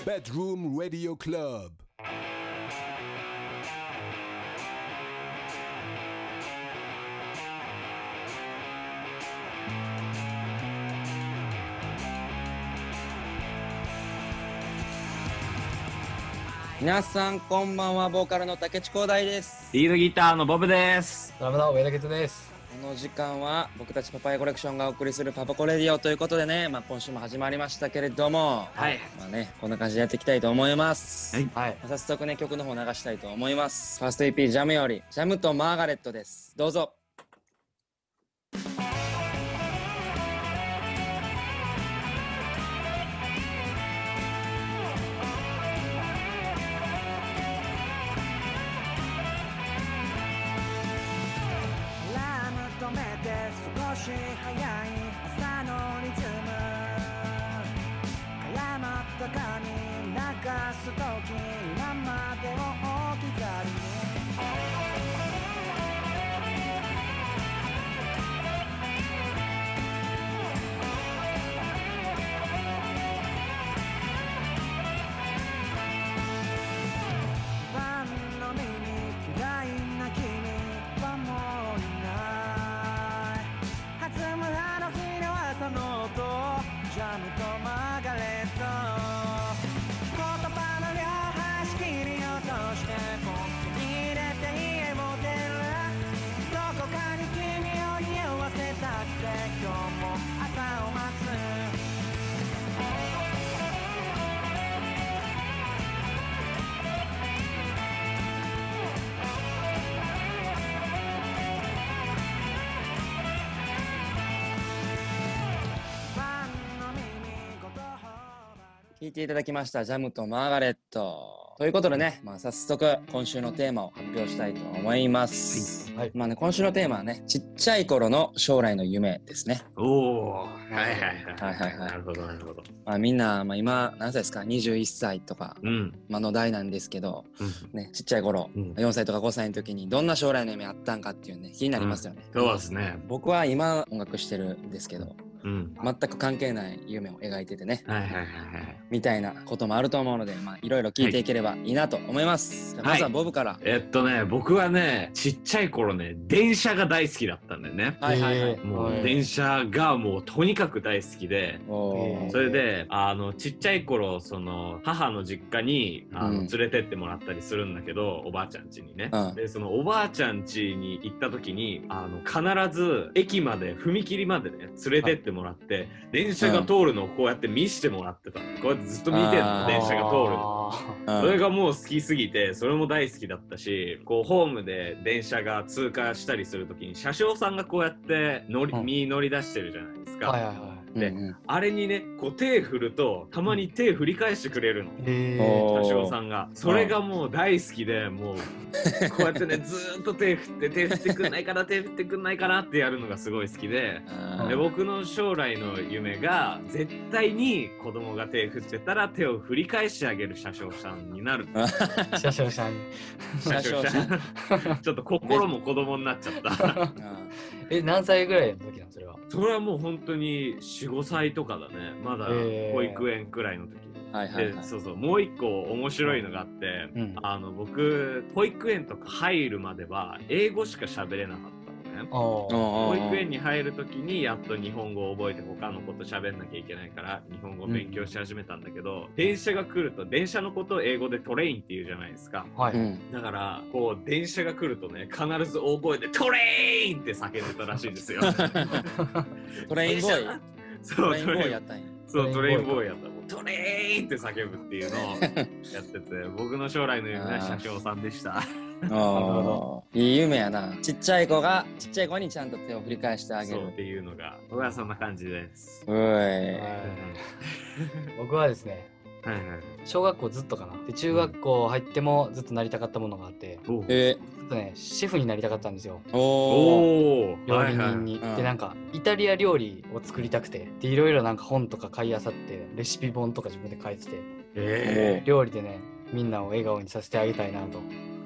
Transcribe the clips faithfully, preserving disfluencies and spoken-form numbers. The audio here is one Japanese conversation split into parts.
Bedroom Radio Club. 皆さんこんばんは。ボーカルの竹地光大です。 リードギターのボブです。 ドラムの上田哲です。 この時間は僕たちパパイヤコレクションがお送りするパパコレディオということでね、まあ、今週も始まりましたけれども、 はい、 まあね、こんな感じでやっていきたいと思います。 はい、 はい、早速ね曲の方流したいと思います。ファースト イーピー ジャムよりジャムとマーガレットです。どうぞ。 少し早い朝のリズム絡まった髪流すとき今までを置き去りにファンの耳嫌いな君はもういない弾むあの日の朝の音ジャムとマーガレット言葉の両端切り落としてポッケに入れて家を出るどこかに君を匂わせたくて今日も朝を待つ聴いていただきましたジャムとマーガレットということでね、まあ、早速今週のテーマを発表したいと思います、はいはい。まあね、今週のテーマはね、ちっちゃい頃の将来の夢ですね。 おー、はいはいはいはいはいはい。 なるほどなるほど。 まあ、みんな、まあ、今何歳ですか、にじゅういっさいとか、 うん、 まあの代なんですけど、 うん、 ね、ちっちゃい頃、うん、よんさいとかごさいの時にどんな将来の夢あったんかっていうね、気になりますよね。 うん、そうですね。 僕は今音楽してるんですけど、うん、全く関係ない夢を描いててね、 はいはいはいはい、 みたいなこともあると思うので、まあいろいろ聞いていければいいなと思います。はい、まずはボブから。 えっとね、僕はね、ちっちゃい頃ね、電車が大好きだったんだよね。 はいはいはい。 もう電車がもうとにかく大好きで、それで、あの、ちっちゃい頃、その、母の実家に、あの、連れてってもらったりするんだけど、おばあちゃん家にね、うん。で、そのおばあちゃん家に行った時に、あの、必ず駅まで、踏切までね、連れてってもらって、電車が通るのをこうやって見してもらってたの。こうやってずっと見てるの、電車が通るの。それがもう好きすぎて、それも大好きだったし、こう、ホームで電車が通過したりするときに、車掌さんがこうやって乗り、身乗り出してるじゃないですか。 はいはいはい。 で、うんうん、あれにね、こう手振ると、たまに手振り返してくれるの。車掌さんが。それがもう大好きで、もう、こうやってね、ずーっと手振って、手振ってくんないかな、手振ってくんないかなってやるのがすごい好きで、で僕の将来の夢が、絶対に子供が手振ってたら手を振り返してあげる車掌さんになる。 車掌さん。 車掌さん。ちょっと心も子供になっちゃった。 え、何歳ぐらいの時なのそれは？ それはもう本当によん、ごさいとかだね。まだ保育園くらいの時に。 はいはいはい、 で、そうそう、もう一個面白いのがあって、うん、あの、僕、保育園とか入るまでは、英語しか喋れなかったのね。保育園に入る時に、やっと日本語を覚えて他のこと喋んなきゃいけないから、日本語を勉強し始めたんだけど、うん、電車が来ると、電車のことを英語でトレインって言うじゃないですか。 はい。 だから、こう、電車が来るとね、必ず大声でトレインって叫んでたらしいんですよ。 トレインボーイそう、 トレインボーイやったんや。 そう、トレインボーイやった。トレインって叫ぶっていうのをやってて、僕の将来の夢は車掌さんでした。 なるほど。いい夢やな。ちっちゃい子が、ちっちゃい子にちゃんと手を振り返してあげる。 そうっていうのが、僕はそんな感じです。 うい。 僕はですね、はいはい、小学校ずっとかな。で、中学校入ってもずっとなりたかったものがあって、 うん、えずっとね、シェフになりたかったんですよ。 おー。料理人に、はいはい。で、なんか、イタリア料理を作りたくて、で、いろいろなんか本とか買い漁って、レシピ本とか自分で書いてて、 えー、 料理でね、みんなを笑顔にさせてあげたいなと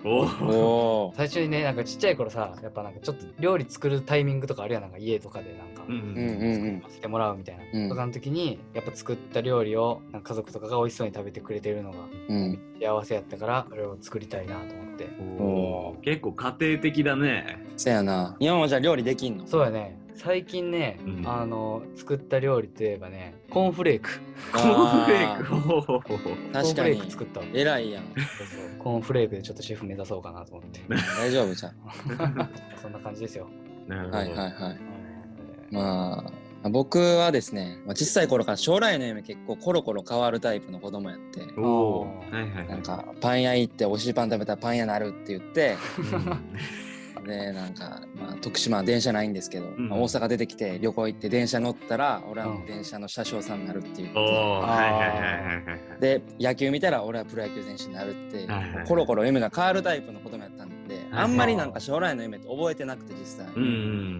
お最初にねなんかちっちゃい頃さやっぱなんかちょっと料理作るタイミングとかあるやんなんか家とかでなんか、うんうんうん、してもらうみたいな、うん、とかの時にやっぱ作った料理をなんか家族とかが美味しそうに食べてくれてるのが、うん、幸せやったからそれを作りたいなと思って。 お結構家庭的だね。 そやな。今もじゃあ料理できんの？ そうやね。最近ね、うん、あの作った料理といえばねコーンフレーク。 コーンフレーク。 確かに。 作った。 偉いやん。 そうそうコーンフレークでちょっとシェフ目指そうかなと思って。 大丈夫じゃん。 そんな感じですよ。 はいはいはい。まあ僕はですね、小さい頃から将来の夢結構コロコロ変わるタイプの子供やって、おなんかパン屋行って美味しいパン食べたらパン屋なるって言って。でなんか、まあ、徳島は電車ないんですけど、うんまあ、大阪出てきて旅行行って電車乗ったら俺はもう電車の車掌さんになるって言って、うん、で野球見たら俺はプロ野球選手になるって、はいはい、コロコロ夢が変わるタイプの子供やったんで、はいはい、あんまりなんか将来の夢って覚えてなくて実際、うんうん、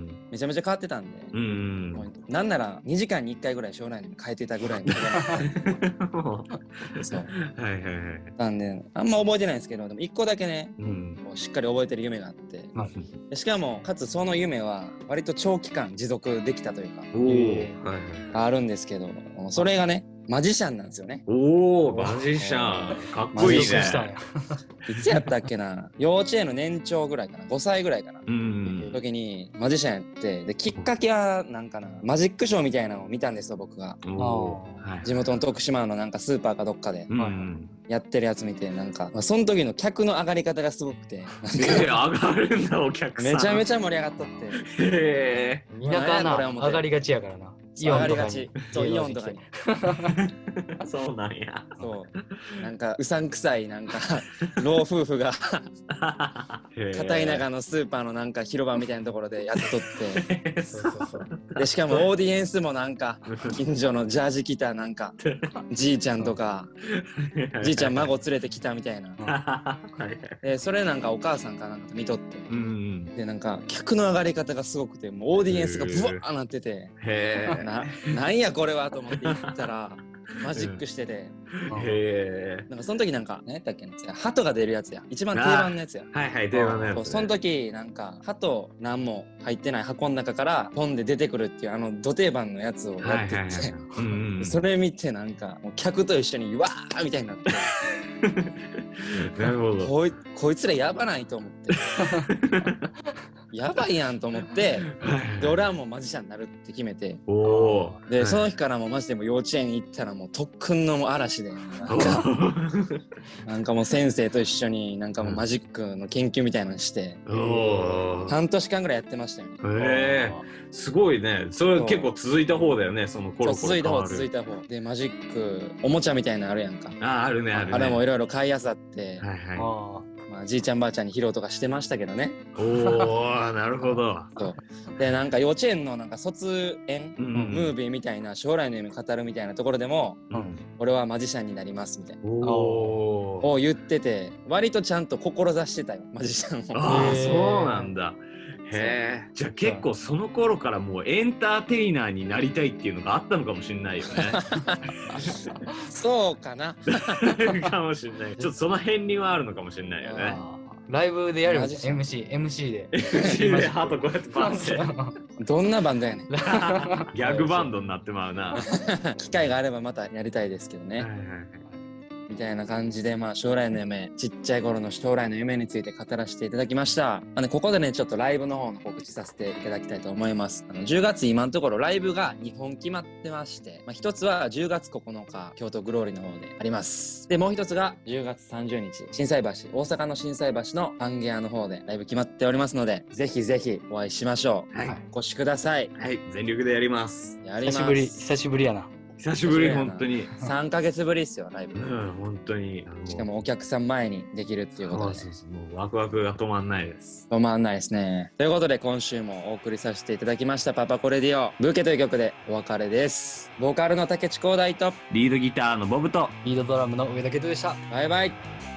めちゃめちゃ変わってたんで、うんうん、もうなんならにじかんにいっかいぐらい将来の夢変えてたぐらいの子供だったそうはいはいはいなんであんま覚えてないんですけどでもいっこだけね、うん、もうしっかり覚えてる夢があって、うん、しかもかつその夢は割と長期間持続できたというか、えーはいはい、あるんですけどそれがねマジシャンなんですよね。 おお、マジシャン。かっこいいね。 いつやったっけな幼稚園の年長ぐらいかなごさいぐらいかな、うん、時にマジシャンやってできっかけはなんかなマジックショーみたいなのを見たんですよ僕が。地元の徳島のなんかスーパーかどっかで、うん、やってるやつ見てなんか、まあ、その時の客の上がり方がすごくてえー、上がるんだお客さんめちゃめちゃ盛り上がっとってへえー、田舎な上がりがちやからなイオンとかにそうイオンとかにそうなんやそうなんかうさんくさいなんか老夫婦が片田舎のスーパーのなんか広場みたいなところでやっとってそうそうそうでしかもオーディエンスもなんか近所のジャージ着たなんかじいちゃんとかじいちゃん孫連れてきたみたいなでそれなんかお母さんかなんか見とって、うん、でなんか客の上がり方がすごくてもうオーディエンスがブワーなっててへーな, なんやこれはと思って行ったらマジックしてて、うん、へえ。なんかその時なんか何やったっけな鳩が出るやつや一番定番のやつやはいはい定番のやつ、ね、 その時なんか鳩何も入ってない箱の中からポンで出てくるっていうあのド定番のやつをやっててそれ見てなんかもう客と一緒にわーみたいになってなるほどこ, いこいつらやばないと思ってやばいやんと思ってで俺はもうマジシャンになるって決めておで、はい、その日からもうマジでもう幼稚園行ったらもう特訓の嵐でなんかなんかもう先生と一緒になんかもうマジックの研究みたいなのして半年間ぐらいやってましたよね。 へーすごいね。それ結構続いた方だよねそのコロコロ変わる。 そう続いた方続いた方でマジックおもちゃみたいなのあるやんか。 ああるねあるね。 あれもいろいろ買いあさって、はいはいまあ、じいちゃんばあちゃんに披露とかしてましたけどね。 おーなるほど。 そうでなんか幼稚園のなんか卒園、うんうん、ムービーみたいな将来の夢語るみたいなところでも、うん、俺はマジシャンになりますみたいなおを言ってて割とちゃんと志してたよマジシャンを。 ああそうなんだ。へえ。じゃあ結構その頃からもうエンターテイナーになりたいっていうのがあったのかもしれないよね。 そうかな。 かもしれない。ちょっとその辺にはあるのかもしれないよね。 ライブでやる エムシー、エムシー で。 エムシー でハートこうやってパンって。 どんなバンドやねん。ギャグバンドになってまうな。 機会があればまたやりたいですけどね。はいはいはいみたいな感じで、まあ、将来の夢ちっちゃい頃の将来の夢について語らせていただきました。あのここでねちょっとライブの方の告知させていただきたいと思います。あのじゅうがつ今のところライブがにほん決まってまして、まあ、ひとつはじゅうがつここのか京都グローリーの方であります。でもうひとつがじゅうがつさんじゅうにち心斎橋大阪の心斎橋のパンゲアの方でライブ決まっておりますのでぜひぜひお会いしましょう、はい、お越しください。 はい全力でやりますやります。 久しぶり久しぶりやな。 久しぶり本当にさんかげつぶりっすよライブ。 うん本当にしかもお客さん前にできるっていうことで、 そうそうそうもうワクワクが止まんないです。 止まんないですね。ということで今週もお送りさせていただきましたパパコレディオブーケという曲でお別れです。ボーカルの竹地光大とリードギターのボブとリードドラムの上田健人でした。 バイバイ。